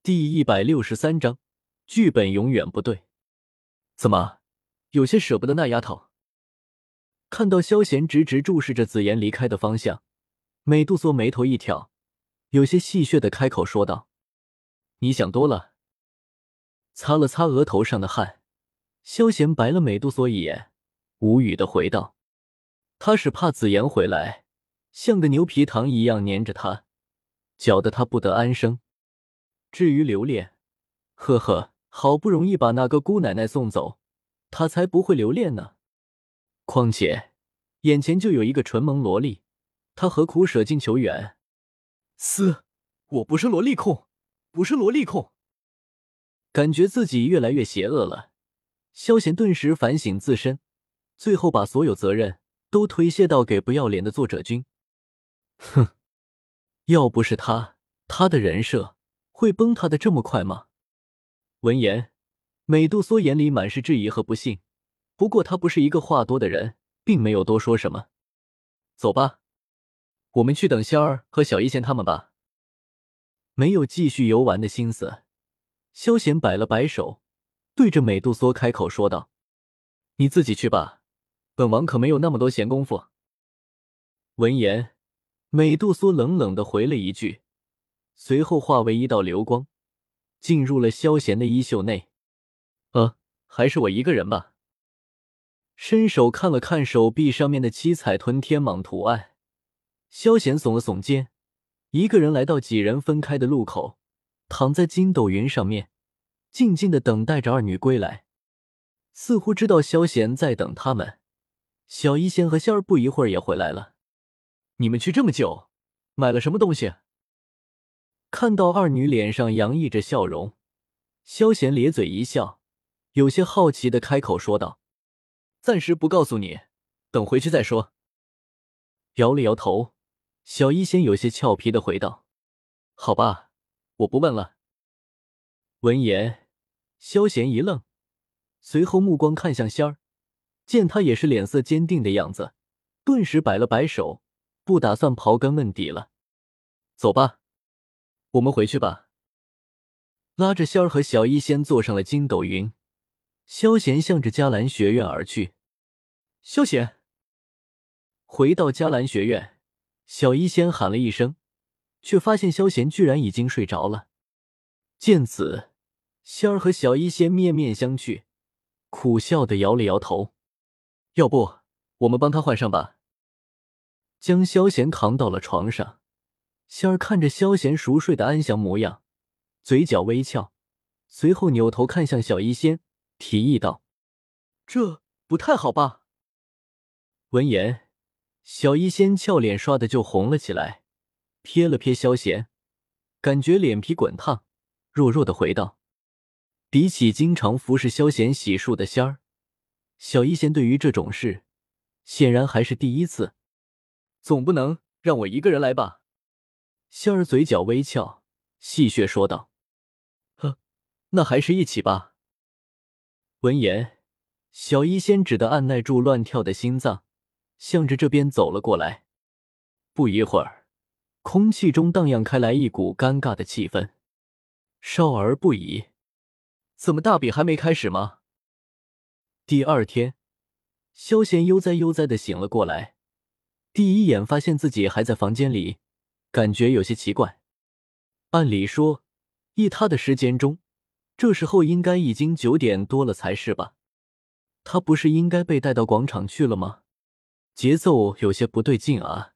第163章，剧本永远不对。怎么，有些舍不得那丫头？看到萧贤直直注视着紫妍离开的方向，美杜莎眉头一挑，有些戏谑地开口说道：“你想多了。”擦了擦额头上的汗，萧贤白了美杜莎一眼，无语地回道：“他是怕紫妍回来，像个牛皮糖一样粘着他，搅得他不得安生。至于留恋，呵呵，好不容易把那个姑奶奶送走，他才不会留恋呢。况且眼前就有一个纯萌萝莉，他何苦舍近求远？我不是萝莉控，不是萝莉控。”感觉自己越来越邪恶了，萧贤顿时反省自身，最后把所有责任都推卸到给不要脸的作者君。哼，要不是他的人设会崩塌的这么快吗？闻言，美杜莎眼里满是质疑和不信，不过她不是一个话多的人，并没有多说什么。走吧，我们去等仙儿和小一仙他们吧。没有继续游玩的心思，萧贤摆了摆手，对着美杜莎开口说道：“你自己去吧，本王可没有那么多闲工夫。”闻言，美杜莎冷冷地回了一句，随后化为一道流光，进入了萧贤的衣袖内。还是我一个人吧。伸手看了看手臂上面的七彩吞天蟒图案，萧贤耸了耸肩，一个人来到几人分开的路口，躺在筋斗云上面，静静地等待着二女归来。似乎知道萧贤在等他们，小一仙和仙儿不一会儿也回来了。你们去这么久，买了什么东西？看到二女脸上洋溢着笑容，萧贤咧嘴一笑，有些好奇地开口说道：“暂时不告诉你，等回去再说。”摇了摇头，小一仙有些俏皮地回道：“好吧，我不问了。”闻言，萧贤一愣，随后目光看向仙儿，见他也是脸色坚定的样子，顿时摆了摆手，不打算刨根问底了。走吧，我们回去吧。拉着仙儿和小一仙坐上了筋斗云，萧贤向着迦兰学院而去。萧贤回到迦兰学院，小一仙喊了一声，却发现萧贤居然已经睡着了。见此，仙儿和小一仙面面相觑，苦笑地摇了摇头。要不我们帮他换上吧。将萧贤扛到了床上，仙儿看着萧贤熟睡的安详模样，嘴角微翘，随后扭头看向小一仙，提议道：“这不太好吧？”闻言，小一仙俏脸刷的就红了起来，瞥了瞥萧贤，感觉脸皮滚烫，弱弱的回道：“比起经常服侍萧贤洗漱的仙儿，小一仙对于这种事显然还是第一次。总不能让我一个人来吧？”仙儿嘴角微翘，戏谑说道：“那还是一起吧。”闻言，小一仙只得按耐住乱跳的心脏，向着这边走了过来。不一会儿，空气中荡漾开来一股尴尬的气氛，少儿不宜。怎么大比还没开始吗？第二天，萧贤悠哉悠哉地醒了过来，第一眼发现自己还在房间里，感觉有些奇怪。按理说，以他的时间中，这时候应该已经9点多了才是吧？他不是应该被带到广场去了吗？节奏有些不对劲啊。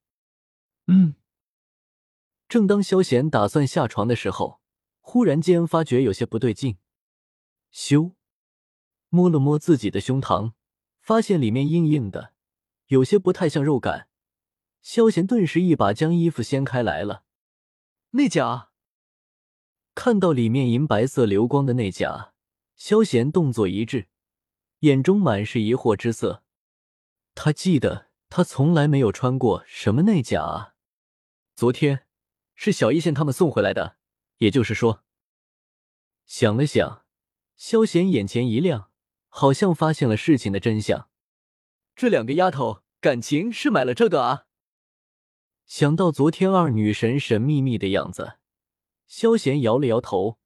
正当萧贤打算下床的时候，忽然间发觉有些不对劲。咻，摸了摸自己的胸膛，发现里面硬硬的，有些不太像肉感。萧贤顿时一把将衣服掀开来了。内甲！看到里面银白色流光的内甲，萧贤动作一滞，眼中满是疑惑之色。他记得他从来没有穿过什么内甲啊。昨天是小一仙他们送回来的，也就是说……想了想，萧贤眼前一亮，好像发现了事情的真相。这两个丫头感情是买了这个啊？想到昨天二女神神秘秘的样子，萧贤摇了摇头，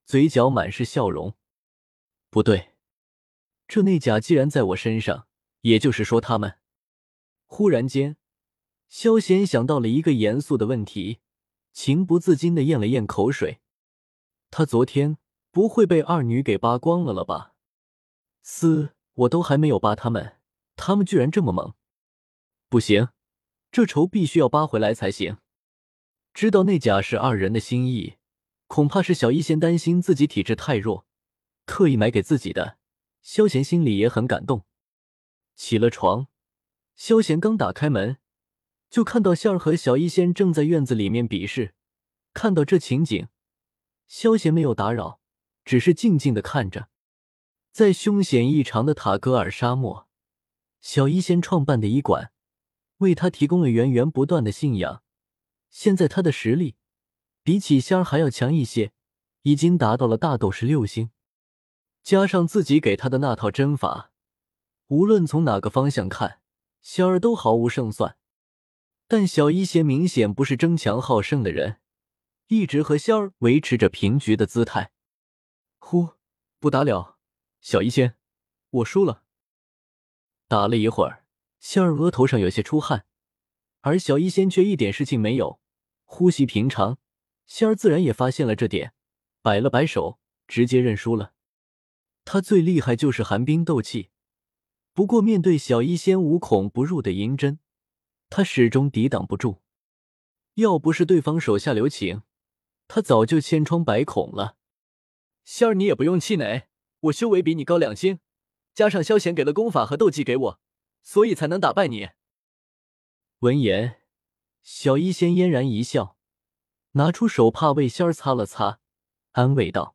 嘴角满是笑容。不对，这内甲既然在我身上，也就是说他们……忽然间，萧贤想到了一个严肃的问题，情不自禁地咽了咽口水。他昨天不会被二女给扒光了吧？我都还没有扒他们，他们居然这么猛！不行，这仇必须要扒回来才行。知道内甲是二人的心意，恐怕是小医仙担心自己体质太弱，特意买给自己的。萧贤心里也很感动。起了床，萧贤刚打开门，就看到仙儿和小医仙正在院子里面比试。看到这情景，萧贤没有打扰，只是静静地看着。在凶险异常的塔戈尔沙漠，小医仙创办的医馆为他提供了源源不断的信仰。现在他的实力比起仙儿还要强一些，已经达到了大斗士6星，加上自己给他的那套针法，无论从哪个方向看，仙儿都毫无胜算。但小医仙明显不是争强好胜的人，一直和仙儿维持着平局的姿态。不打了，小医仙，我输了。打了一会儿，仙儿额头上有些出汗，而小医仙却一点事情没有，呼吸平常。仙儿自然也发现了这点，摆了摆手，直接认输了。他最厉害就是寒冰斗气，不过面对小医仙无孔不入的银针，他始终抵挡不住。要不是对方手下留情，他早就千疮百孔了。仙儿，你也不用气馁，我修为比你高2星，加上萧贤给了功法和斗技给我，所以才能打败你。闻言，小医仙嫣然一笑，拿出手帕为仙儿擦了擦，安慰道：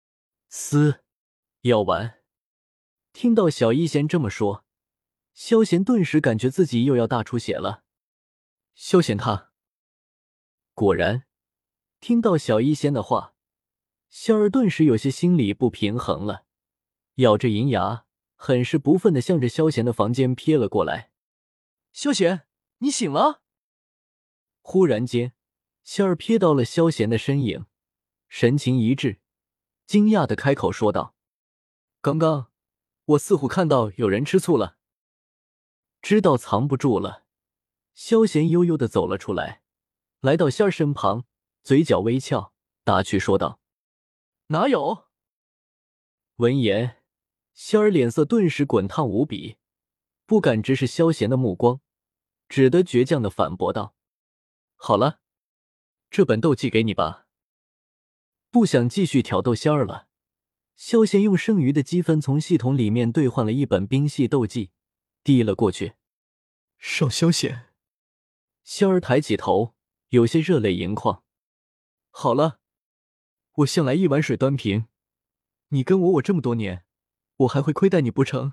要完。听到小医仙这么说，萧贤顿时感觉自己又要大出血了。萧贤他……果然，听到小医仙的话，仙儿顿时有些心里不平衡了，咬着银牙，很是不忿地向着萧贤的房间瞥了过来。萧贤，你醒了！忽然间，仙儿瞥到了萧贤的身影，神情一滞，惊讶地开口说道：刚刚我似乎看到有人吃醋了。知道藏不住了，萧贤悠悠地走了出来，来到仙儿身旁，嘴角微翘，打趣说道：哪有？闻言，仙儿脸色顿时滚烫无比，不敢直视萧贤的目光，只得倔强地反驳道：好了，这本斗技给你吧。不想继续挑逗仙儿了，萧贤用剩余的积分从系统里面兑换了一本冰系斗技，递了过去。 少萧贤。 仙儿抬起头，有些热泪盈眶。好了，我向来一碗水端平，你跟我这么多年，我还会亏待你不成？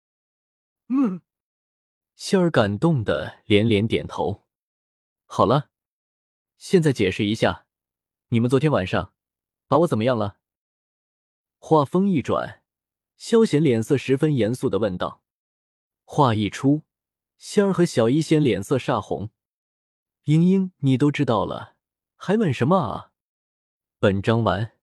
仙儿感动的连连点头。好了，现在解释一下，你们昨天晚上把我怎么样了？话锋一转，萧贤脸色十分严肃地问道。话一出，仙儿和小医仙脸色煞红。英英，你都知道了，还问什么啊？本章完。